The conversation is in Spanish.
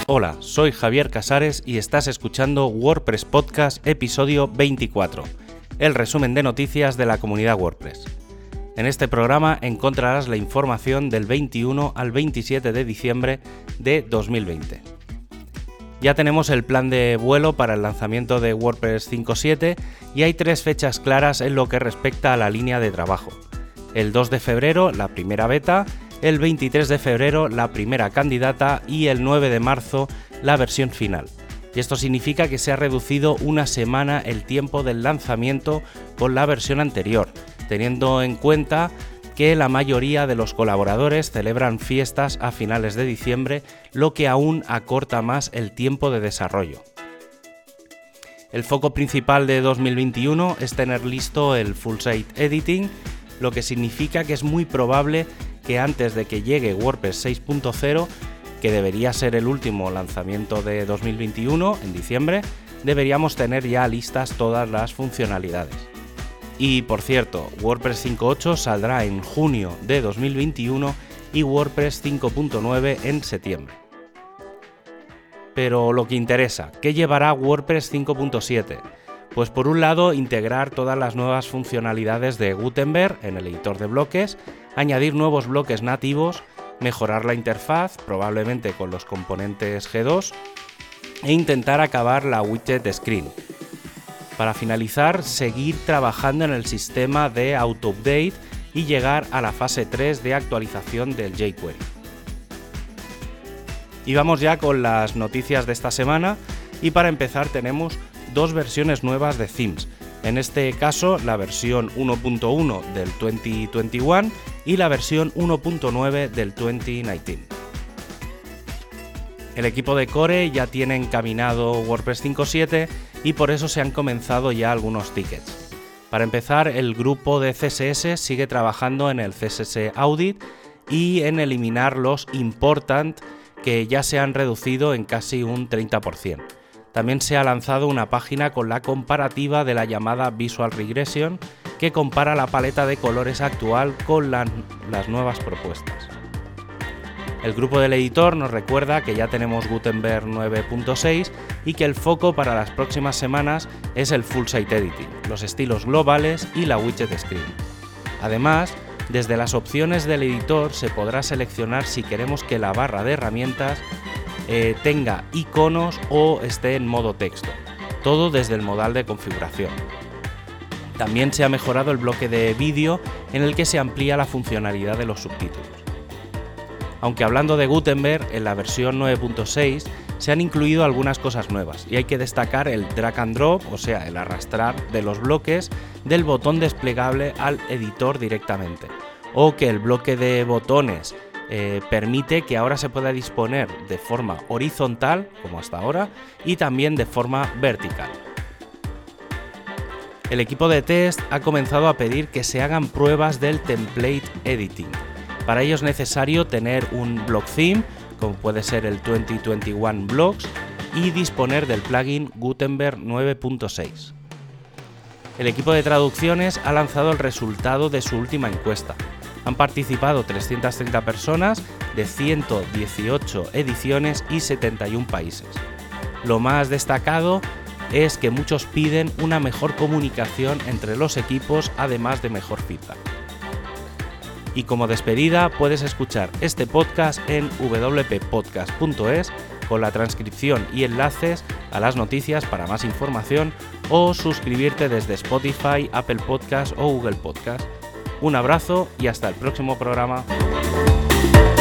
Hola, soy Javier Casares y estás escuchando WordPress Podcast episodio 24, el resumen de noticias de la comunidad WordPress. En este programa encontrarás la información del 21 al 27 de diciembre de 2020. Ya tenemos el plan de vuelo para el lanzamiento de WordPress 5.7 y hay 3 fechas claras en lo que respecta a la línea de trabajo. El 2 de febrero, la primera beta, el 23 de febrero, la primera candidata y el 9 de marzo, la versión final. Y esto significa que se ha reducido una semana el tiempo del lanzamiento con la versión anterior, teniendo en cuenta que la mayoría de los colaboradores celebran fiestas a finales de diciembre, lo que aún acorta más el tiempo de desarrollo. El foco principal de 2021 es tener listo el Full Site Editing, lo que significa que es muy probable que antes de que llegue WordPress 6.0, que debería ser el último lanzamiento de 2021, en diciembre, deberíamos tener ya listas todas las funcionalidades. Y por cierto, WordPress 5.8 saldrá en junio de 2021 y WordPress 5.9 en septiembre. Pero lo que interesa, ¿qué llevará WordPress 5.7? Pues por un lado, integrar todas las nuevas funcionalidades de Gutenberg en el editor de bloques, añadir nuevos bloques nativos, mejorar la interfaz, probablemente con los componentes G2, e intentar acabar la widget screen. Para finalizar, seguir trabajando en el sistema de auto-update y llegar a la fase 3 de actualización del jQuery. Y vamos ya con las noticias de esta semana, y para empezar tenemos 2 versiones nuevas de themes. En este caso, la versión 1.1 del 2021 y la versión 1.9 del 2019. El equipo de Core ya tiene encaminado WordPress 5.7 y por eso se han comenzado ya algunos tickets. Para empezar, el grupo de CSS sigue trabajando en el CSS Audit y en eliminar los important, que ya se han reducido en casi un 30%. También se ha lanzado una página con la comparativa de la llamada Visual Regression, que compara la paleta de colores actual con las nuevas propuestas. El grupo del editor nos recuerda que ya tenemos Gutenberg 9.6 y que el foco para las próximas semanas es el Full Site Editing, los estilos globales y la widget screen. Además, desde las opciones del editor se podrá seleccionar si queremos que la barra de herramientas tenga iconos o esté en modo texto, todo desde el modal de configuración. También se ha mejorado el bloque de vídeo en el que se amplía la funcionalidad de los subtítulos. Aunque hablando de Gutenberg, en la versión 9.6 se han incluido algunas cosas nuevas y hay que destacar el drag and drop, o sea, el arrastrar de los bloques del botón desplegable al editor directamente, o que el bloque de botones permite que ahora se pueda disponer de forma horizontal, como hasta ahora, y también de forma vertical. El equipo de test ha comenzado a pedir que se hagan pruebas del template editing. Para ello es necesario tener un block theme, como puede ser el 2021 Blocks, y disponer del plugin Gutenberg 9.6. El equipo de traducciones ha lanzado el resultado de su última encuesta. Han participado 330 personas de 118 ediciones y 71 países. Lo más destacado es que muchos piden una mejor comunicación entre los equipos, además de mejor feedback. Y como despedida, puedes escuchar este podcast en wppodcast.es con la transcripción y enlaces a las noticias para más información, o suscribirte desde Spotify, Apple Podcast o Google Podcast. Un abrazo y hasta el próximo programa.